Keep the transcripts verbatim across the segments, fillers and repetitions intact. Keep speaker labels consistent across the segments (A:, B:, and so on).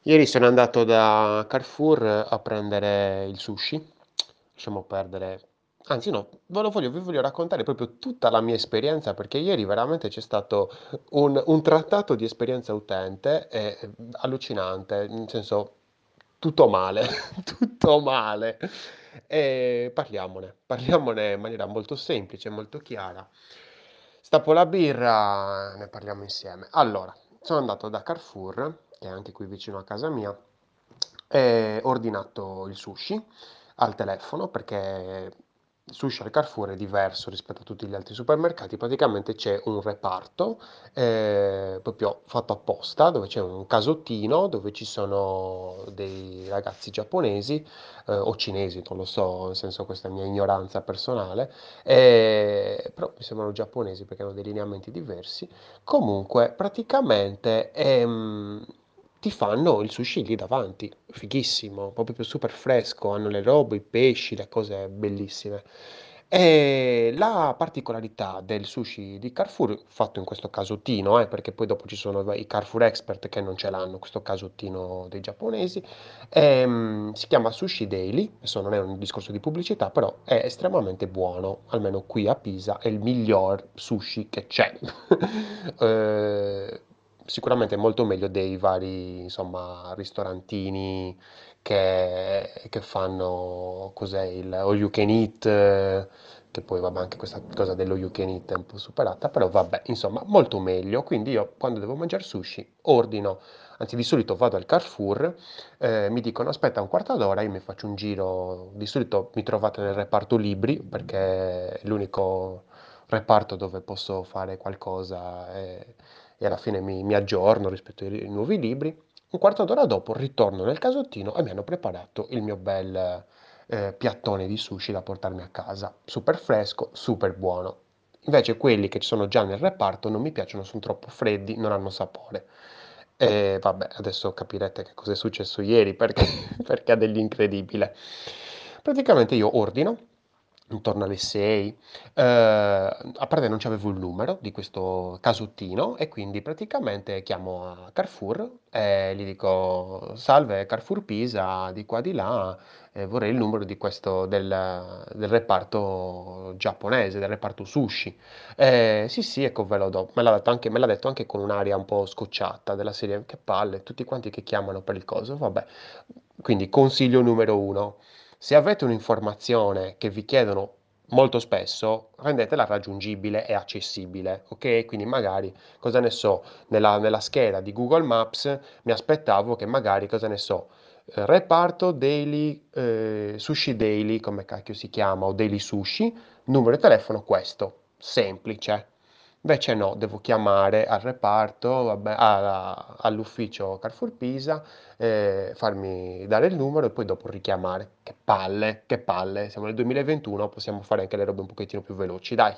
A: Ieri sono andato da Carrefour a prendere il sushi. Lasciamo perdere. Anzi, no, ve lo voglio, vi voglio raccontare proprio tutta la mia esperienza perché ieri veramente c'è stato un, un trattato di esperienza utente e, eh, allucinante, nel senso tutto male, tutto male. E parliamone, parliamone in maniera molto semplice, molto chiara. Stappo la birra, ne parliamo insieme. Allora, sono andato da Carrefour, che è anche qui vicino a casa mia, e ho ordinato il sushi al telefono perché il sushi al Carrefour è diverso rispetto a tutti gli altri supermercati. Praticamente c'è un reparto eh, proprio fatto apposta dove c'è un casottino dove ci sono dei ragazzi giapponesi eh, o cinesi, non lo so, nel senso questa è mia ignoranza personale, eh, però mi sembrano giapponesi perché hanno dei lineamenti diversi. Comunque, praticamente ehm, ti fanno il sushi lì davanti, fighissimo, proprio super fresco, hanno le robe, i pesci, le cose bellissime. E la particolarità del sushi di Carrefour, fatto in questo casottino, eh, perché poi dopo ci sono i Carrefour Expert che non ce l'hanno, questo casottino dei giapponesi, ehm, si chiama Sushi Daily, adesso non è un discorso di pubblicità, però è estremamente buono, almeno qui a Pisa è il miglior sushi che c'è. Eh, sicuramente è molto meglio dei vari, insomma, ristorantini che, che fanno cos'è il all you can eat, eh, che poi vabbè anche questa cosa dello you can eat è un po' superata, però vabbè, insomma, molto meglio. Quindi io quando devo mangiare sushi ordino, anzi di solito vado al Carrefour, eh, mi dicono aspetta un quarto d'ora, io mi faccio un giro, di solito mi trovate nel reparto libri perché è l'unico reparto dove posso fare qualcosa e, e alla fine mi, mi aggiorno rispetto ai, ai nuovi libri. Un quarto d'ora dopo ritorno nel casottino e mi hanno preparato il mio bel eh, piattone di sushi da portarmi a casa. Super fresco, super buono. Invece quelli che ci sono già nel reparto non mi piacciono, sono troppo freddi, non hanno sapore. E vabbè, adesso capirete che cosa è successo ieri perché, perché è dell'incredibile. Praticamente io ordino intorno alle sei, eh, a parte non c'avevo il numero di questo casuttino e quindi praticamente chiamo a Carrefour e gli dico salve Carrefour Pisa, di qua di là, eh, vorrei il numero di questo del, del reparto giapponese, del reparto sushi. Eh, sì, sì, ecco, ve lo do. Me l'ha detto anche, me l'ha detto anche con un'aria un po' scocciata della serie, che palle, tutti quanti che chiamano per il coso, vabbè. Quindi consiglio numero uno, se avete un'informazione che vi chiedono molto spesso, rendetela raggiungibile e accessibile, ok? Quindi magari, cosa ne so, nella, nella scheda di Google Maps mi aspettavo che magari, cosa ne so, eh, reparto daily, eh, sushi daily, come cacchio si chiama, o daily sushi, numero di telefono questo, semplice. Invece no, devo chiamare al reparto, vabbè, a- all'ufficio Carrefour Pisa, eh, farmi dare il numero e poi dopo richiamare. Che palle, che palle. Siamo nel duemilaventuno, possiamo fare anche le robe un pochettino più veloci, dai.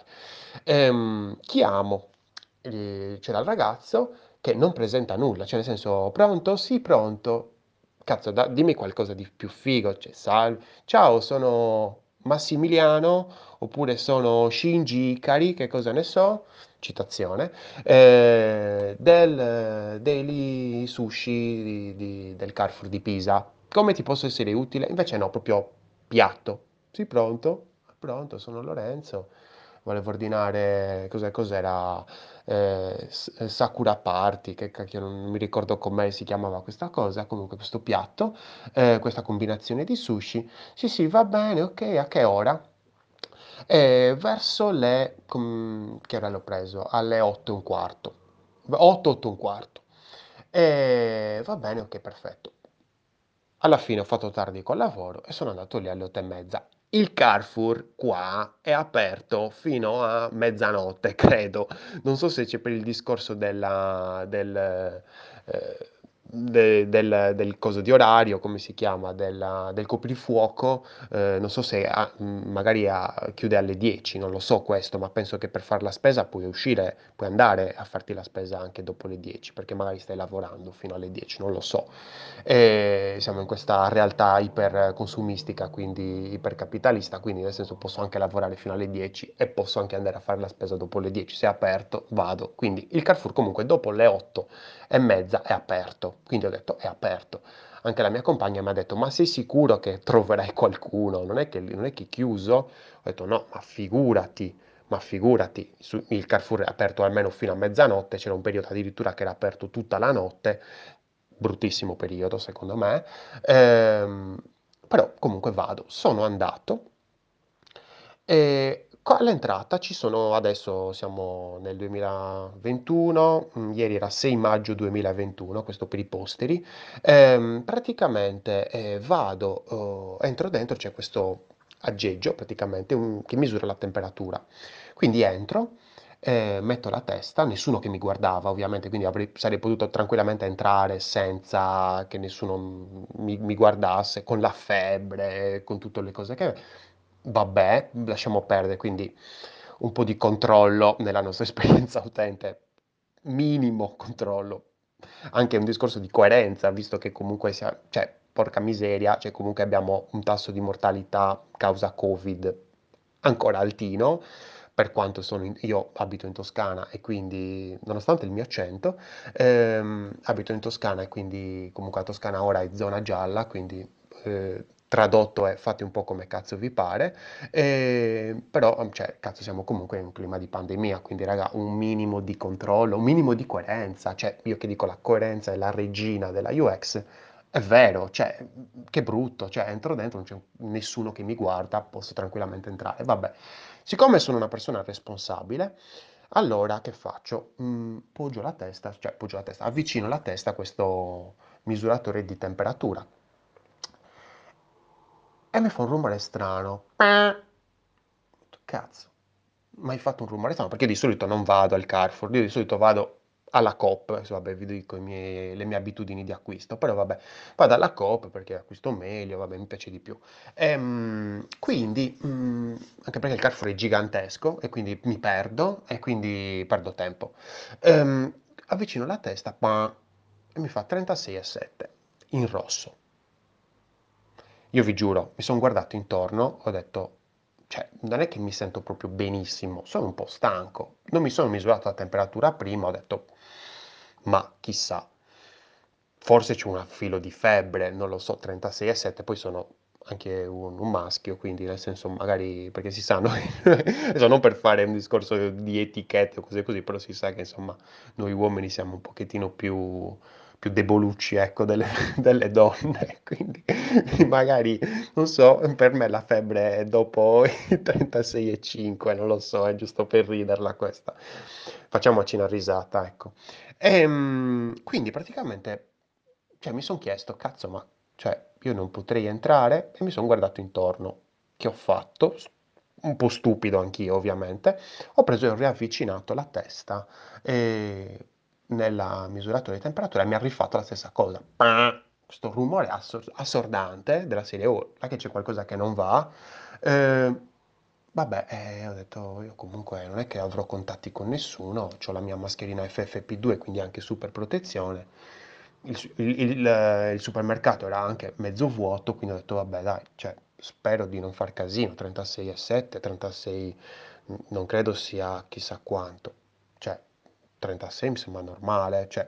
A: Ehm, chiamo, eh, c'era il ragazzo che non presenta nulla, cioè nel senso, pronto? Sì, pronto. Cazzo, da- dimmi qualcosa di più figo, cioè, salve. Ciao, sono Massimiliano, oppure sono Shinji Ikari, che cosa ne so, citazione, eh, del Daily Sushi di- di- del Carrefour di Pisa. Come ti posso essere utile? Invece no, proprio piatto. Sì, pronto? Pronto, sono Lorenzo. Volevo ordinare, cos'è, cos'era? Eh, S- Sakura Party, che cacchio, non mi ricordo come si chiamava questa cosa, comunque questo piatto, eh, questa combinazione di sushi. Sì, sì, va bene, ok, a che ora? Eh, verso le... com- che ora l'ho preso? Alle otto e un quarto. otto, otto e un quarto. E va bene, ok, perfetto. Alla fine ho fatto tardi col lavoro e sono andato lì alle otto e mezza. Il Carrefour qua è aperto fino a mezzanotte, credo. Non so se c'è per il discorso della, del, eh, de- del, del coso di orario, come si chiama, della- del coprifuoco. Eh, non so se ha- mh, magari ha- chiude alle dieci, non lo so questo, ma penso che per fare la spesa puoi uscire, puoi andare a farti la spesa anche dopo le dieci, perché magari stai lavorando fino alle dieci, non lo so. E siamo in questa realtà iperconsumistica, quindi ipercapitalista, quindi nel senso posso anche lavorare fino alle dieci e posso anche andare a fare la spesa dopo le dieci, se è aperto vado. Quindi il Carrefour comunque dopo le otto e mezza è aperto. quindi ho detto è aperto. Anche la mia compagna mi ha detto, ma sei sicuro che troverai qualcuno? Non è che, non è che è chiuso? Ho detto no, ma figurati, ma figurati, su- il Carrefour è aperto almeno fino a mezzanotte, c'era un periodo addirittura che era aperto tutta la notte, bruttissimo periodo secondo me. Ehm, Però comunque vado, sono andato e co- all'entrata ci sono, adesso siamo nel duemilaventuno, mm, ieri era sei maggio duemilaventuno, questo per i posteri. Ehm, praticamente eh, vado, eh, entro dentro, c'è questo aggeggio praticamente un- che misura la temperatura. Quindi entro, eh, metto la testa, nessuno che mi guardava ovviamente, quindi avrei- sarei potuto tranquillamente entrare senza che nessuno mi, mi guardasse, con la febbre, con tutte le cose che... Vabbè, lasciamo perdere, quindi un po' di controllo nella nostra esperienza utente, minimo controllo, anche un discorso di coerenza, visto che comunque sia, cioè, porca miseria, cioè comunque abbiamo un tasso di mortalità causa Covid ancora altino, per quanto sono in- io abito in Toscana e quindi, nonostante il mio accento, ehm, abito in Toscana e quindi comunque la Toscana ora è zona gialla, quindi eh, tradotto è fate un po' come cazzo vi pare, e- però cioè, cazzo siamo comunque in un clima di pandemia, quindi raga, un minimo di controllo, un minimo di coerenza, cioè io che dico la coerenza è la regina della U X, è vero, cioè, che brutto, cioè, entro dentro, non c'è nessuno che mi guarda, posso tranquillamente entrare. Vabbè, siccome sono una persona responsabile, allora che faccio? Mm, poggio la testa, cioè, poggio la testa, avvicino la testa a questo misuratore di temperatura e mi fa un rumore strano. Cazzo, ma hai fatto un rumore strano? Perché di solito non vado al Carrefour, io di solito vado alla Coop, adesso, vabbè, vi dico i miei- le mie abitudini di acquisto, però vabbè, vado alla Coop perché acquisto meglio, vabbè, mi piace di più. Ehm, quindi, mm, anche perché il Carrefour è gigantesco e quindi mi perdo e quindi perdo tempo. Ehm, Avvicino la testa, pa, e mi fa trentasei e sette in rosso. Io vi giuro, mi sono guardato intorno, ho detto, cioè, non è che mi sento proprio benissimo, sono un po' stanco. Non mi sono misurato la temperatura prima, ho detto, ma chissà, forse c'è un filo di febbre, non lo so, trentasei e sette, poi sono anche un, un maschio, quindi nel senso magari, perché si sa, noi, adesso non per fare un discorso di etichette o cose così, però si sa che insomma noi uomini siamo un pochettino più, più debolucci, ecco, delle, delle donne, quindi magari, non so, per me la febbre è dopo i trentasei e cinque, non lo so, è giusto per riderla questa. Facciamoci una risata, ecco. Ehm, quindi praticamente, cioè, mi sono chiesto, cazzo, ma cioè, io non potrei entrare e mi sono guardato intorno. Che ho fatto? S- Un po' stupido anch'io, ovviamente. Ho preso e ho riavvicinato la testa e nella misuratura di temperatura mi ha rifatto la stessa cosa. Pa! Questo rumore assor- assordante della serie, oh, là che c'è qualcosa che non va. Eh, Vabbè, eh, ho detto, io comunque non è che avrò contatti con nessuno, ho la mia mascherina F F P due, quindi anche super protezione. Il, su- il- il, eh, il supermercato era anche mezzo vuoto, quindi ho detto, vabbè, dai, cioè, spero di non far casino, trentasei e sette, trentasei, mm, non credo sia chissà quanto, cioè, trentasei mi sembra normale, cioè...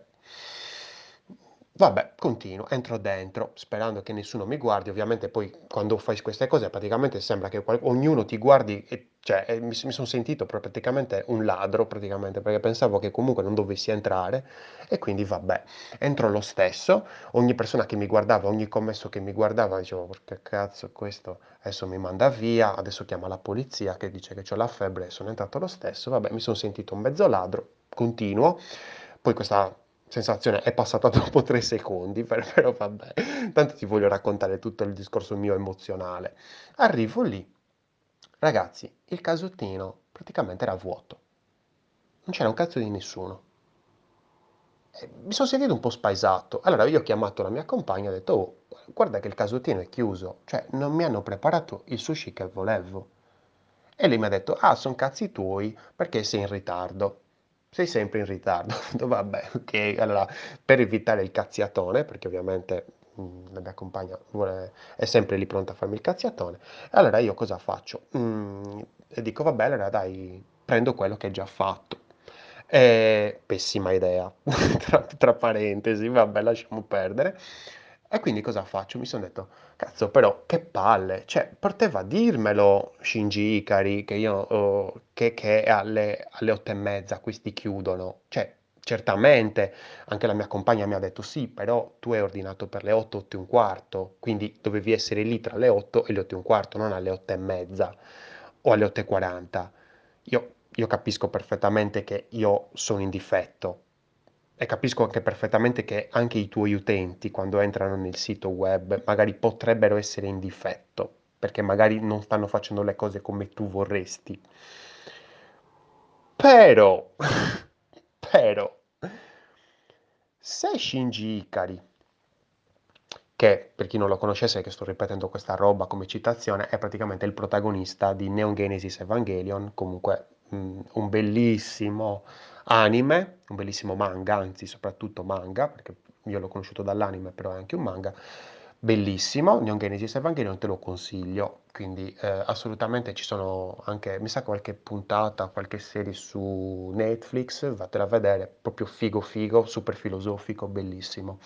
A: Vabbè, continuo, entro dentro, sperando che nessuno mi guardi. Ovviamente poi quando fai queste cose praticamente sembra che qual- ognuno ti guardi e cioè, eh, mi, mi sono sentito pro- praticamente un ladro, praticamente, perché pensavo che comunque non dovessi entrare e quindi vabbè, entro lo stesso. Ogni persona che mi guardava, ogni commesso che mi guardava, dicevo, che cazzo, questo adesso mi manda via, adesso chiama la polizia che dice che ho la febbre e sono entrato lo stesso. Vabbè, mi sono sentito un mezzo ladro, continuo. Poi questa sensazione è passata dopo tre secondi, per- però vabbè, tanto ti voglio raccontare tutto il discorso mio emozionale. Arrivo lì, ragazzi, il casottino praticamente era vuoto, non c'era un cazzo di nessuno. E mi sono sentito un po' spaesato. Allora io ho chiamato la mia compagna e ho detto, oh, guarda che il casottino è chiuso, cioè non mi hanno preparato il sushi che volevo. E lei mi ha detto, ah, sono cazzi tuoi perché sei in ritardo. Sei sempre in ritardo. Ho detto, vabbè, ok. Allora, per evitare il cazziatone, perché ovviamente mm, la mia compagna vuole- è sempre lì pronta a farmi il cazziatone, allora io cosa faccio? Mm, e dico, vabbè, allora dai, prendo quello che è già fatto. Eh, pessima idea, tra, tra parentesi, vabbè, lasciamo perdere. E quindi cosa faccio? Mi sono detto, cazzo, però che palle, cioè, poteva dirmelo Shinji Ikari che io, oh, che, che alle, alle otto e mezza questi chiudono, cioè, certamente, anche la mia compagna mi ha detto, sì, però tu hai ordinato per le otto, otto e un quarto, quindi dovevi essere lì tra le otto e le otto e un quarto, non alle otto e mezza o alle otto e quaranta. Io, io capisco perfettamente che io sono in difetto e capisco anche perfettamente che anche i tuoi utenti, quando entrano nel sito web, magari potrebbero essere in difetto, perché magari non stanno facendo le cose come tu vorresti. Però, però, se Shinji Ikari, che per chi non lo conoscesse, che sto ripetendo questa roba come citazione, è praticamente il protagonista di Neon Genesis Evangelion, comunque mh, un bellissimo anime, un bellissimo manga, anzi soprattutto manga, perché io l'ho conosciuto dall'anime, però è anche un manga, bellissimo, Neon Genesis Evangelion te lo consiglio, quindi eh, assolutamente ci sono anche, mi sa qualche puntata, qualche serie su Netflix, vatela a vedere, proprio figo figo, super filosofico, bellissimo.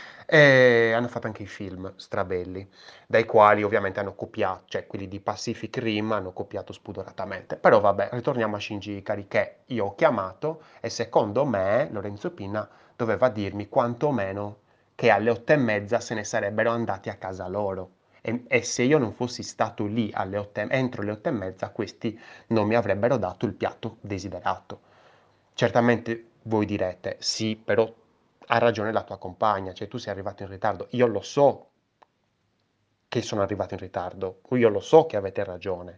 A: E hanno fatto anche i film strabelli, dai quali ovviamente hanno copiato, cioè quelli di Pacific Rim hanno copiato spudoratamente. Però vabbè, ritorniamo a Shinji Ikari che io ho chiamato e secondo me Lorenzo Pinna doveva dirmi quantomeno che alle otto e mezza se ne sarebbero andati a casa loro. E, e se io non fossi stato lì alle otto e- entro le otto e mezza, questi non mi avrebbero dato il piatto desiderato. Certamente voi direte, sì, però ha ragione la tua compagna, cioè tu sei arrivato in ritardo. Io lo so che sono arrivato in ritardo, io lo so che avete ragione,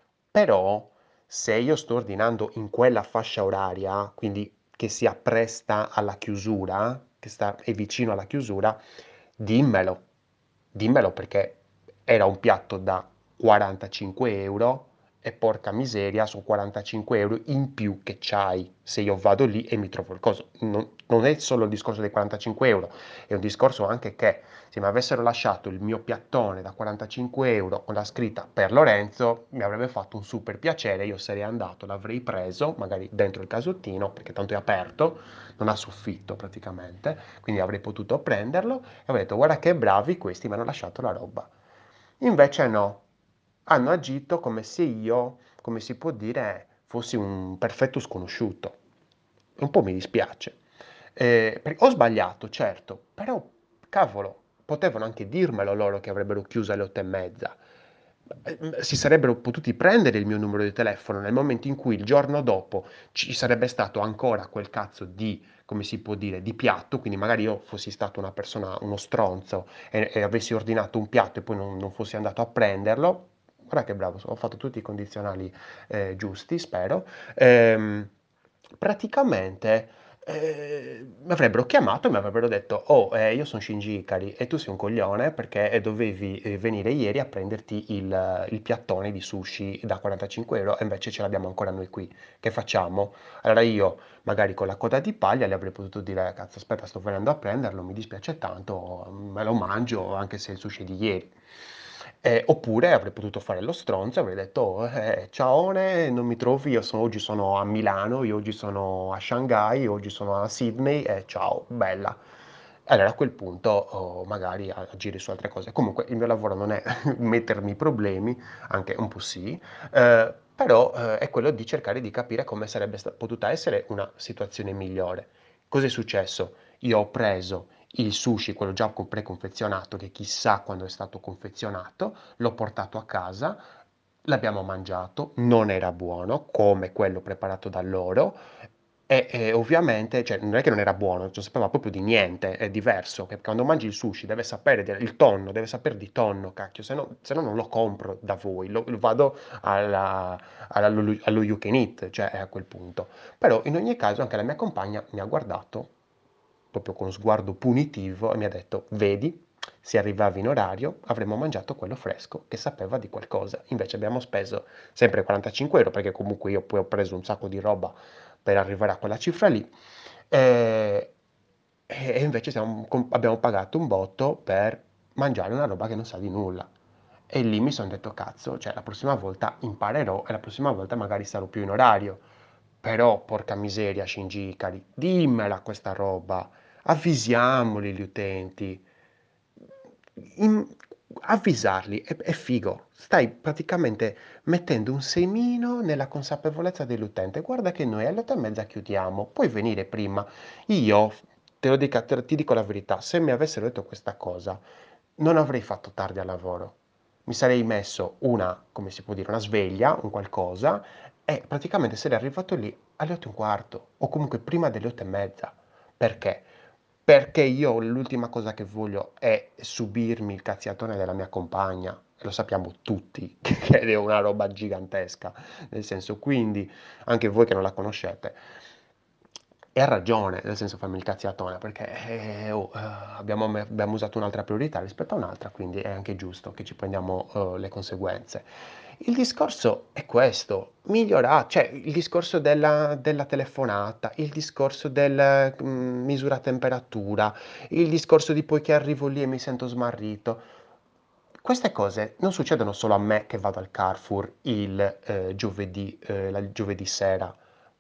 A: però se io sto ordinando in quella fascia oraria, quindi che si appresta alla chiusura, che sta, è vicino alla chiusura, dimmelo, dimmelo perché era un piatto da quarantacinque euro e porca miseria, sono quarantacinque euro in più che c'hai se io vado lì e mi trovo il coso. Non, non è solo il discorso dei quarantacinque euro, è un discorso anche che se mi avessero lasciato il mio piattone da quarantacinque euro con la scritta per Lorenzo, mi avrebbe fatto un super piacere, io sarei andato, l'avrei preso, magari dentro il casottino, perché tanto è aperto, non ha soffitto praticamente, quindi avrei potuto prenderlo e avrei detto guarda che bravi questi mi hanno lasciato la roba. Invece no, hanno agito come se io, come si può dire, fossi un perfetto sconosciuto. Un po' mi dispiace. Eh, perché ho sbagliato, certo, però cavolo, potevano anche dirmelo loro che avrebbero chiuso alle otto e mezza. Eh, Si sarebbero potuti prendere il mio numero di telefono nel momento in cui il giorno dopo ci sarebbe stato ancora quel cazzo di, come si può dire, di piatto, quindi magari io fossi stato una persona, uno stronzo e, e avessi ordinato un piatto e poi non, non fossi andato a prenderlo. Guarda che bravo, ho fatto tutti i condizionali eh, giusti, spero. Ehm, praticamente eh, mi avrebbero chiamato e mi avrebbero detto: Oh, eh, io sono Shinji Ikari e tu sei un coglione perché eh, dovevi eh, venire ieri a prenderti il, il piattone di sushi da quarantacinque euro e invece ce l'abbiamo ancora noi qui. Che facciamo? Allora io, magari con la coda di paglia, le avrei potuto dire: Cazzo, aspetta, sto venendo a prenderlo, mi dispiace tanto, me lo mangio anche se è il sushi di ieri. Eh, oppure avrei potuto fare lo stronzo, avrei detto, "Oh, eh, ciaone, non mi trovi, io sono- oggi sono a Milano, io oggi sono a Shanghai, oggi sono a Sydney, e ciao, bella." Allora a quel punto oh, magari a- agire su altre cose. Comunque il mio lavoro non è mettermi problemi, anche un po' sì, eh, però eh, è quello di cercare di capire come sarebbe sta- potuta essere una situazione migliore. Cosa è successo? Io ho preso il sushi, quello già con- preconfezionato, che chissà quando è stato confezionato, l'ho portato a casa, l'abbiamo mangiato, non era buono come quello preparato da loro. E, e ovviamente, cioè, non è che non era buono, non sapeva proprio di niente, è diverso, che quando mangi il sushi deve sapere del- il tonno, deve sapere di tonno, cacchio, se no, se no non lo compro da voi, lo, lo vado alla, alla- allo, allo you can eat, cioè a quel punto. Però in ogni caso anche la mia compagna mi ha guardato proprio con sguardo punitivo e mi ha detto, vedi, se arrivavi in orario avremmo mangiato quello fresco che sapeva di qualcosa. Invece abbiamo speso sempre quarantacinque euro perché comunque io poi ho preso un sacco di roba per arrivare a quella cifra lì. E, e invece siamo- com- abbiamo pagato un botto per mangiare una roba che non sa di nulla. E lì mi sono detto, cazzo, cioè la prossima volta imparerò e la prossima volta magari sarò più in orario. Però, porca miseria, Shinji Ikari, dimmela questa roba, avvisiamoli gli utenti. In- Avvisarli è, è figo. Stai praticamente mettendo un semino nella consapevolezza dell'utente. Guarda che noi alle otto e mezza chiudiamo, puoi venire prima. Io, te lo dico, te- ti dico la verità, se mi avessero detto questa cosa, non avrei fatto tardi al lavoro. Mi sarei messo una, come si può dire, una sveglia, un qualcosa, e praticamente sarei arrivato lì alle otto e un quarto, o comunque prima delle otto e mezza. Perché? Perché io l'ultima cosa che voglio è subirmi il cazziatone della mia compagna, e lo sappiamo tutti che è una roba gigantesca, nel senso, quindi anche voi che non la conoscete. E ha ragione, nel senso farmi il cazziatone, perché eh, oh, eh, abbiamo, abbiamo usato un'altra priorità rispetto a un'altra, quindi è anche giusto che ci prendiamo eh, le conseguenze. Il discorso è questo, migliorare, cioè il discorso della, della telefonata, il discorso del mm, misura temperatura, il discorso di poi che arrivo lì e mi sento smarrito. Queste cose non succedono solo a me che vado al Carrefour il eh, giovedì, eh, la- il giovedì sera,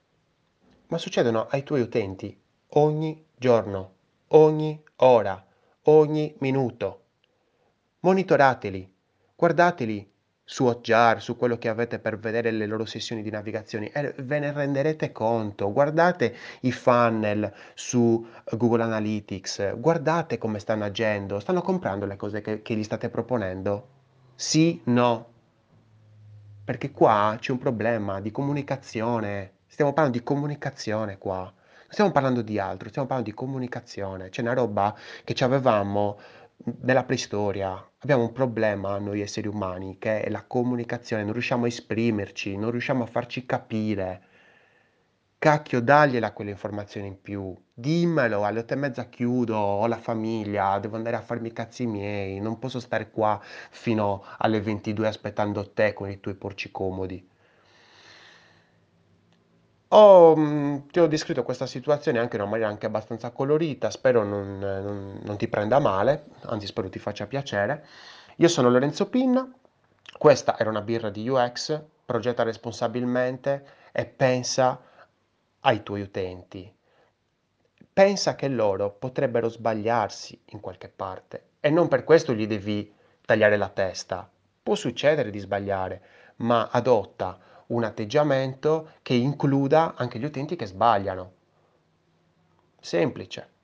A: ma succedono ai tuoi utenti ogni giorno, ogni ora, ogni minuto. Monitorateli, guardateli su Hotjar, su quello che avete per vedere le loro sessioni di navigazione e ve ne renderete conto. Guardate i funnel su Google Analytics, guardate come stanno agendo, stanno comprando le cose che, che gli state proponendo? Sì, no. Perché qua c'è un problema di comunicazione. Stiamo parlando di comunicazione qua. Non stiamo parlando di altro, stiamo parlando di comunicazione. C'è una roba che ci avevamo nella preistoria. Abbiamo un problema noi esseri umani che è la comunicazione. Non riusciamo a esprimerci, non riusciamo a farci capire. Cacchio, dagliela quelle informazioni in più. Dimmelo, alle otto e mezza chiudo, ho la famiglia, devo andare a farmi i cazzi miei, non posso stare qua fino alle ventidue aspettando te con i tuoi porci comodi. Ho, mh, ti ho descritto questa situazione anche in una maniera anche abbastanza colorita, spero non, non- non ti prenda male, anzi spero ti faccia piacere. Io sono Lorenzo Pinna, questa era una birra di U X, progetta responsabilmente e pensa ai tuoi utenti. Pensa che loro potrebbero sbagliarsi in qualche parte e non per questo gli devi tagliare la testa. Può succedere di sbagliare, ma adotta un atteggiamento che includa anche gli utenti che sbagliano. Semplice.